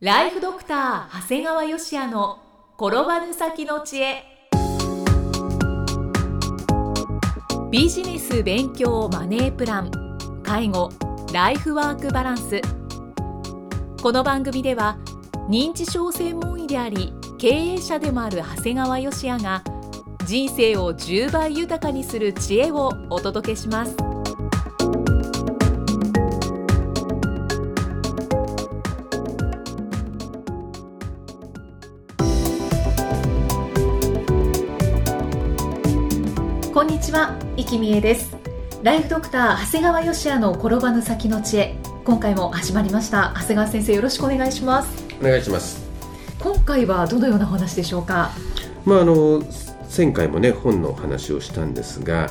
ライフドクター長谷川芳也の転ばぬ先の知恵。ビジネス勉強マネープラン、介護、ライフワークバランス。この番組では認知症専門医であり経営者でもある長谷川芳也が人生を10倍豊かにする知恵をお届けします。こんにちは、生きみえです。ライフドクター長谷川芳也の転ばぬ先の知恵、今回も始まりました。長谷川先生、よろしくお願いします。 お願いします。 今回はどのようなお話でしょうか。 前回もね本の話をしたんですが、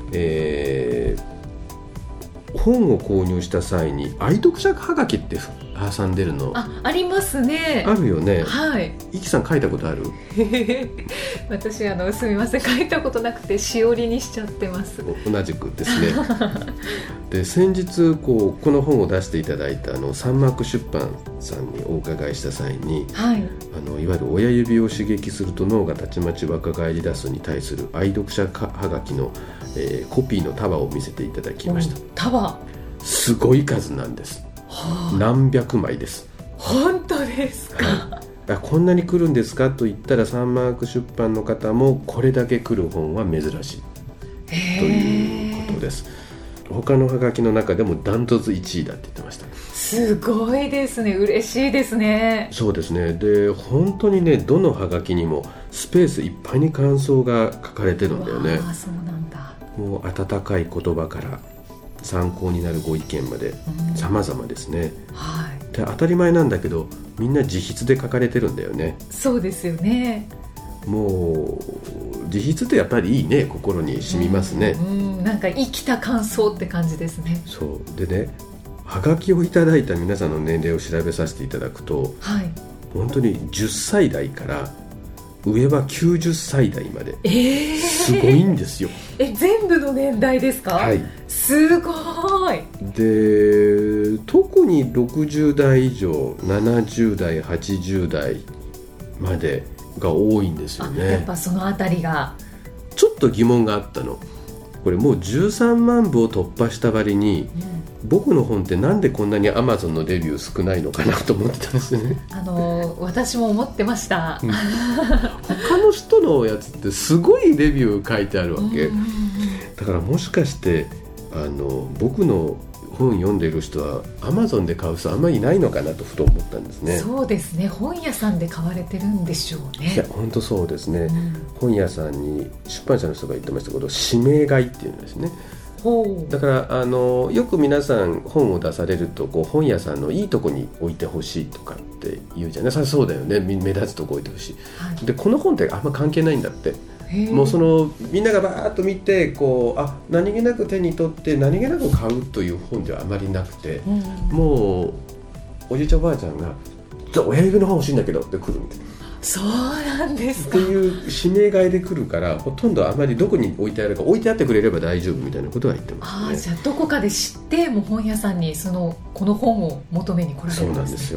本を購入した際に愛読者はがきって挟んでるのありますね。 あるよね。 はい。 イキさん書いたことある？ 私すみません、書いたことなくてしおりにしちゃってます。 同じくですね。で先日この本を出していただいたサンマーク出版さんにお伺いした際に、 はい、 いわゆる親指を刺激すると脳がたちまち若返り出すに対する愛読者はがきの、コピーの束を見せていただきました。 束すごい数なんです、何百枚です。 本当ですか？ こんなに来るんですかと言ったら、サンマーク出版の方もこれだけ来る本は珍しいということです。他のハガキの中でもダントツ1位だって言ってました。 すごいですね。嬉しいですね。 そうですね。で本当にね、どのハガキにもスペースいっぱいに感想が書かれてるんだよね。 そうなんだ。 もう温かい言葉から参考になるご意見まで様々ですね。 はい。 で当たり前なんだけど、みんな自筆で書かれてるんだよね。 そうですよね。 もう自筆ってやっぱりいいね、心に染みますね。 なんか生きた感想って感じですね。 そうでね、はがきをいただいた皆さんの年齢を調べさせていただくと、はい、本当に10歳代から上は90歳代まで、すごいんですよ。 全部の年代ですか？はい。すごい。 で特に60代以上、70代80代までが多いんですよね。 やっぱそのあたりがちょっと疑問があったの。これもう13万部を突破した割に、僕の本ってなんでこんなに Amazon のレビュー少ないのかなと思ってたんですよね。 私も思ってました。 他の人のやつってすごいレビュー書いてあるわけ。だからもしかして僕の本読んでる人は Amazon で買う人あんまりいないのかなとふと思ったんですね。 そうですね。本屋さんで買われてるんでしょうね。 いや本当そうですね。本屋さんに出版社の人が言ってましたけど、指名買いっていうんですね。だからよく皆さん本を出されると本屋さんのいいとこに置いてほしいとかって言うじゃない。そうだよね。目立つとこ置いてほしい、はい、でこの本ってあんま関係ないんだって。もうみんながバーッと見て何気なく手に取って何気なく買うという本ではあまりなくて、もうおじいちゃんおばあちゃんが親指の本欲しいんだけどって来るみたいな。 そうなんですか。 っていう指名買いで来るから、ほとんどあまりどこに置いてあるか置いてあってくれれば大丈夫みたいなことは言ってますね。 じゃあどこかで知っても本屋さんにこの本を求めに来られるんですね。そうなんですよ。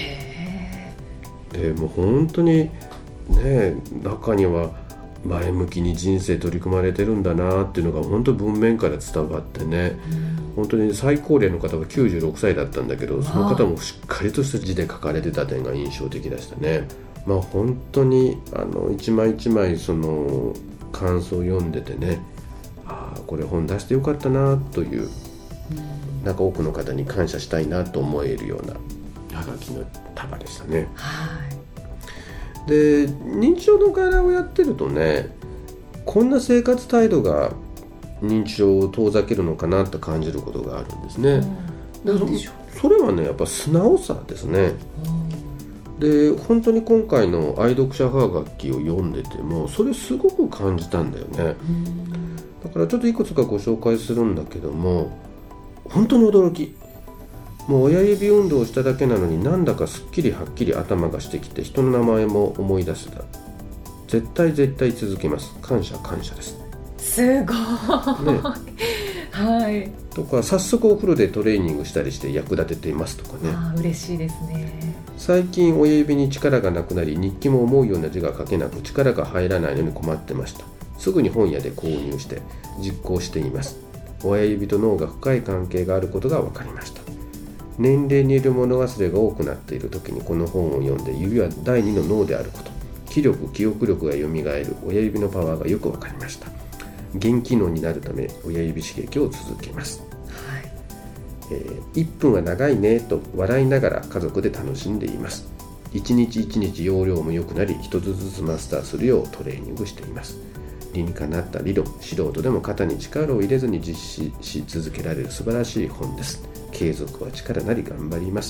でもう本当にね、中には前向きに人生取り組まれてるんだなっていうのが本当文面から伝わってね、本当に最高齢の方は96歳だったんだけど、その方もしっかりとした字で書かれてた点が印象的でしたね。本当に一枚一枚その感想を読んでてね、これ本出してよかったなという、なんか多くの方に感謝したいなと思えるようなはがきの束でしたね。で認知症の外来をやってるとね、こんな生活態度が認知症を遠ざけるのかなって感じることがあるんですね。それはね、やっぱ素直さですね。で本当に今回の愛読者はがきを読んでてもそれすごく感じたんだよね。だからちょっといくつかご紹介するんだけども、本当に驚き。もう親指運動をしただけなのになんだかすっきりはっきり頭がしてきて、人の名前も思い出せた。絶対続けます。感謝です。 すごい、ね。はい。 とか早速お風呂でトレーニングしたりして役立てていますとかね。 嬉しいですね。 最近親指に力がなくなり、日記も思うような字が書けなく、力が入らないのに困ってました。すぐに本屋で購入して実行しています。親指と脳が深い関係があることが分かりました。年齢による物忘れが多くなっている時にこの本を読んで、指は第二の脳であること、気力記憶力がよみがえる親指のパワーがよく分かりました。元気脳になるため親指刺激を続けます。1分は長いねと笑いながら家族で楽しんでいます。一日一日容量も良くなり、一つずつマスターするようトレーニングしています。理にかなった理論、素人でも肩に力を入れずに実施し続けられる素晴らしい本です。継続は力なり、頑張ります。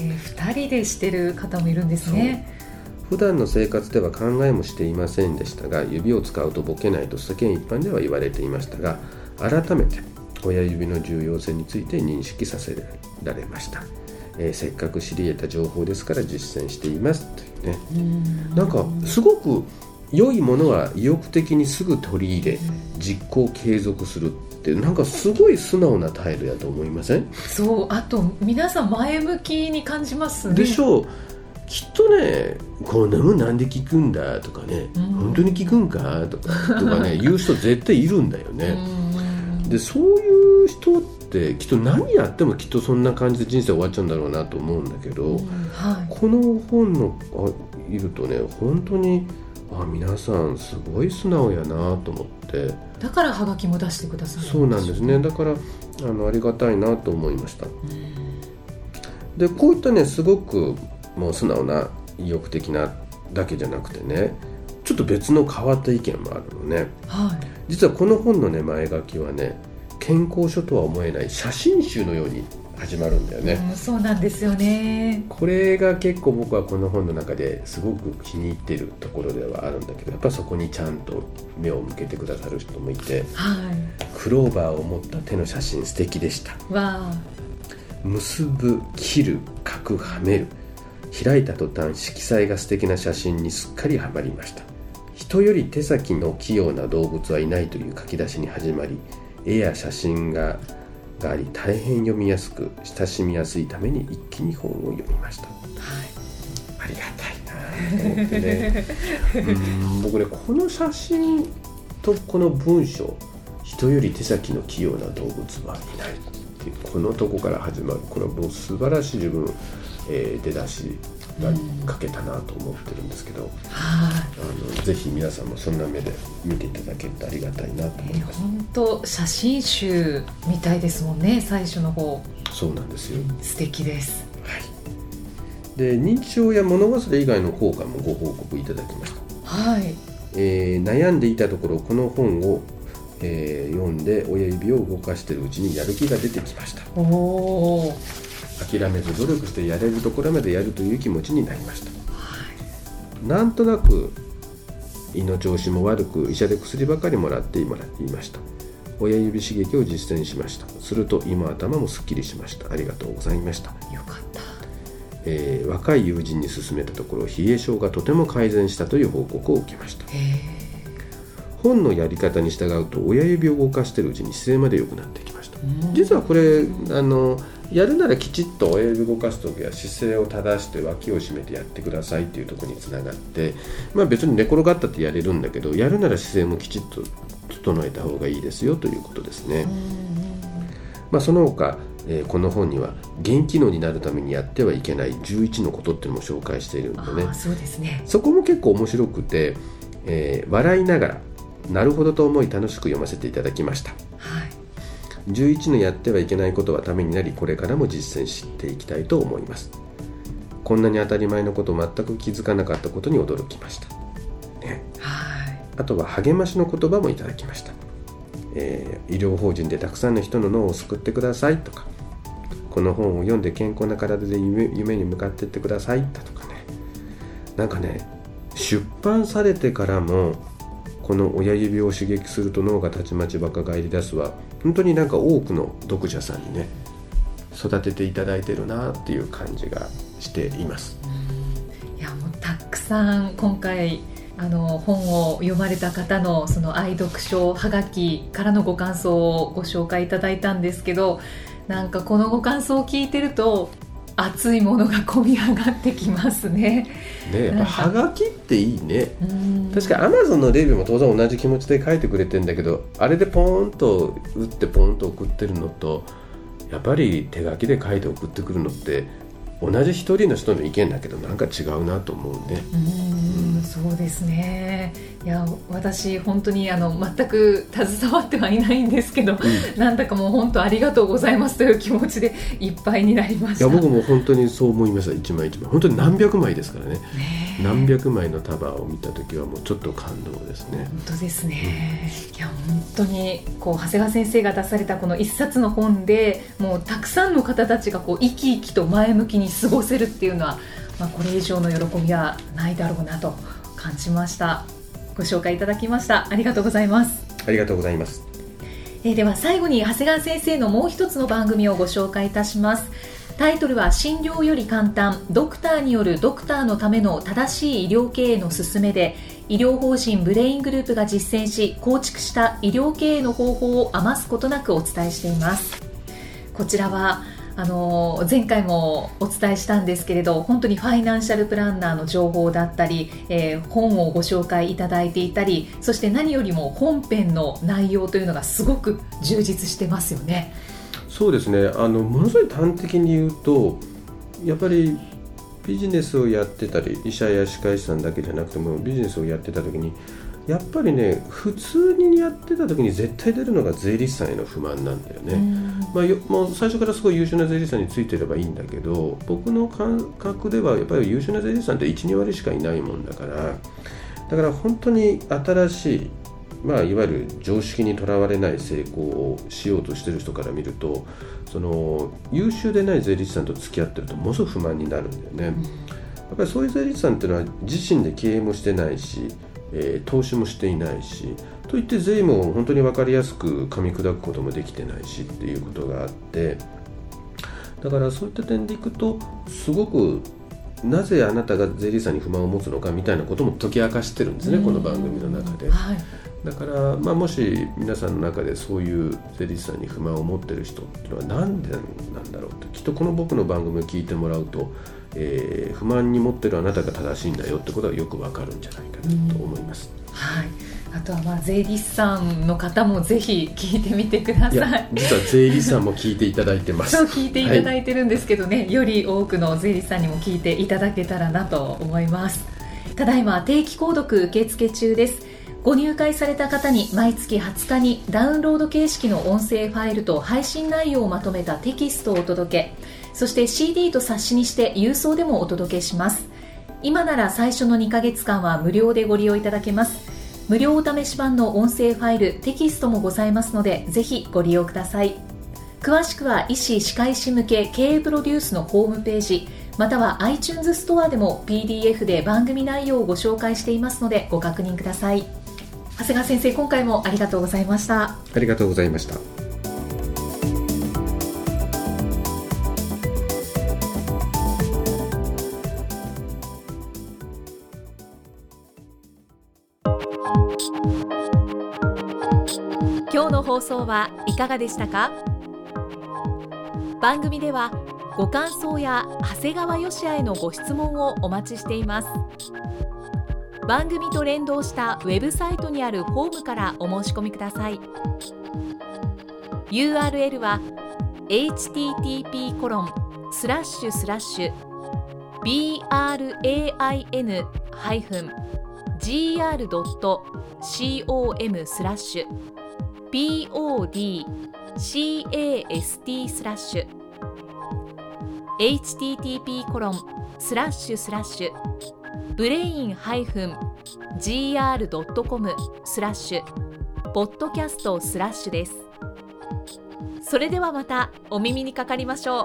2人でしてる方もいるんですね。 普段の生活では考えもしていませんでしたが、指を使うとボケないと世間一般では言われていましたが、改めて親指の重要性について認識させられました。せっかく知り得た情報ですから実践していますというね。なんかすごく良いものは意欲的にすぐ取り入れ、実行継続するって、なんかすごい素直な態度やと思いません？ そう、あと皆さん前向きに感じますね。 でしょう。きっとね、こんなもんなんで聞くんだとかね、本当に聞くんかとかね言う人絶対いるんだよね。でそういう人ってきっと何やってもきっとそんな感じで人生終わっちゃうんだろうなと思うんだけど、この本のいるとね、本当に皆さんすごい素直やなと思って、 だからハガキも出してくださる。 そうなんですね。だからありがたいなと思いました。でこういったね、すごくもう素直な意欲的なだけじゃなくてね、ちょっと別の変わった意見もあるのね。実はこの本のね、前書きはね、健康書とは思えない写真集のように始まるんだよね。 そうなんですよね。 これが結構僕はこの本の中ですごく気に入っているところではあるんだけど、やっぱそこにちゃんと目を向けてくださる人もいて、クローバーを持った手の写真素敵でした。結ぶ、切る、書く、はめる、開いた途端色彩が素敵な写真にすっかりはまりました。人より手先の器用な動物はいないという書き出しに始まり、絵や写真があり大変読みやすく親しみやすいために一気に本を読みました。ありがたいなと思ってね僕ね、この写真とこの文章、人より手先の器用な動物はいないっていうこのとこから始まる、これはもう素晴らしい自分、出だしが書けたなと思ってるんですけど、ぜひ皆さんもそんな目で見ていただけるとありがたいなと思います。 本当写真集みたいですもんね、最初の方。 そうなんですよ。 素敵です。 で認知症や物忘れ以外の効果もご報告いただきました。悩んでいたところ、この本を、読んで親指を動かしているうちにやる気が出てきました。諦めず努力してやれるところまでやるという気持ちになりました。なんとなく胃の調子も悪く、医者で薬ばかりもらっていました。親指刺激を実践しました。すると今頭もすっきりしました。ありがとうございました。 よかった。 若い友人に勧めたところ、冷え性がとても改善したという報告を受けました。本のやり方に従うと親指を動かしているうちに姿勢まで良くなってきました。実はこれやるならきちっと親指動かすときは姿勢を正して脇を締めてやってくださいっていうところにつながって、別に寝転がったってやれるんだけど、やるなら姿勢もきちっと整えた方がいいですよということですね。その他、この本には元気脳になるためにやってはいけない11のことっていうのも紹介しているんでね。 そうですね。 そこも結構面白くて、笑いながらなるほどと思い楽しく読ませていただきました。11のやってはいけないことはためになり、これからも実践していきたいと思います。こんなに当たり前のことを全く気づかなかったことに驚きました、あとは励ましの言葉もいただきました。医療法人でたくさんの人の脳を救ってくださいとか、この本を読んで健康な体で夢に向かっていってくださいだとかね。なんかね、出版されてからもこの親指を刺激すると脳がたちまち若返り出すは、本当になんか多くの読者さんにね育てていただいてるなっていう感じがしています。 いや、もうたくさん今回本を読まれた方のその愛読書はがきからのご感想をご紹介いただいたんですけど、なんかこのご感想を聞いてると熱いものが込み上がってきますね。 やっぱはがきっていいね。確か Amazon のレビューも当然同じ気持ちで書いてくれてるんだけど、あれでポーンと打ってポーンと送ってるのと、やっぱり手書きで書いて送ってくるのって同じ一人の人の意見だけどなんか違うなと思うね。 そうですね。いや私本当に全く携わってはいないんですけど、なんだかもう本当ありがとうございますという気持ちでいっぱいになりました。 いや僕も本当にそう思いました。一枚一枚本当に何百枚ですからね。何百枚の束を見たときはもうちょっと感動ですね。 本当ですね。いや本当に長谷川先生が出されたこの一冊の本でもうたくさんの方たちが生き生きと前向きに過ごせるっていうのは、これ以上の喜びはないだろうなと感じました。ご紹介いただきましたありがとうございます。 ありがとうございます。 では最後に長谷川先生のもう一つの番組をご紹介いたします。タイトルは診療より簡単、ドクターによるドクターのための正しい医療経営の勧めで、医療法人ブレイングループが実践し構築した医療経営の方法を余すことなくお伝えしています。こちらは前回もお伝えしたんですけれど、本当にファイナンシャルプランナーの情報だったり、本をご紹介いただいていたり、そして何よりも本編の内容というのがすごく充実してますよね。 そうですね。ものすごい端的に言うと、やっぱりビジネスをやってたり、医者や歯科医師さんだけじゃなくてもビジネスをやってた時にやっぱりね、普通にやってた時に絶対出るのが税理士さんへの不満なんだよね。もう最初からすごい優秀な税理士さんについてればいいんだけど、僕の感覚ではやっぱり優秀な税理士さんって 1,2 割しかいないもんだから、本当に新しい、いわゆる常識にとらわれない成功をしようとしている人から見ると、その優秀でない税理士さんと付き合ってるとものすごく不満になるんだよね。やっぱりそういう税理士さんっていうのは自身で経営もしてないし、投資もしていないし、といって税務を本当に分かりやすく噛み砕くこともできてないしっていうことがあって、だからそういった点でいくと、すごくなぜあなたが税理士さんに不満を持つのかみたいなことも解き明かしてるんですね、この番組の中で。だから、もし皆さんの中でそういう税理士さんに不満を持ってる人っていうのは何でなんだろうと、きっとこの僕の番組を聞いてもらうと、不満に持ってるあなたが正しいんだよってことがよくわかるんじゃないかなと思います。 あとは税理士さんの方もぜひ聞いてみてください。 いや実は税理士さんも聞いていただいてます。 そう聞いていただいてるんですけどね、より多くの税理士さんにも聞いていただけたらなと思います。ただいま定期購読受付中です。ご入会された方に毎月20日にダウンロード形式の音声ファイルと配信内容をまとめたテキストをお届け、そして CD と冊子にして郵送でもお届けします。今なら最初の2ヶ月間は無料でご利用いただけます。無料お試し版の音声ファイル、テキストもございますので、ぜひご利用ください。詳しくは医師・歯科医師向け経営プロデュースのホームページ、または iTunes ストアでも PDF で番組内容をご紹介していますのでご確認ください。長谷川先生、今回もありがとうございました。 ありがとうございました。 今日の放送はいかがでしたか？番組ではご感想や長谷川芳也へのご質問をお待ちしています。番組と連動したウェブサイトにあるホームからお申し込みください。 URL は http://brain-gr.com/brain-gr.com/podcast/ です。それではまたお耳にかかりましょう。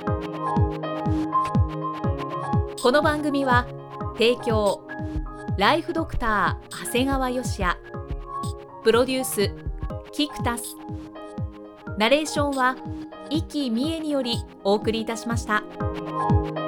この番組は提供ライフドクター長谷川芳也、プロデュースキクタス、ナレーションは生きみえによりお送りいたしました。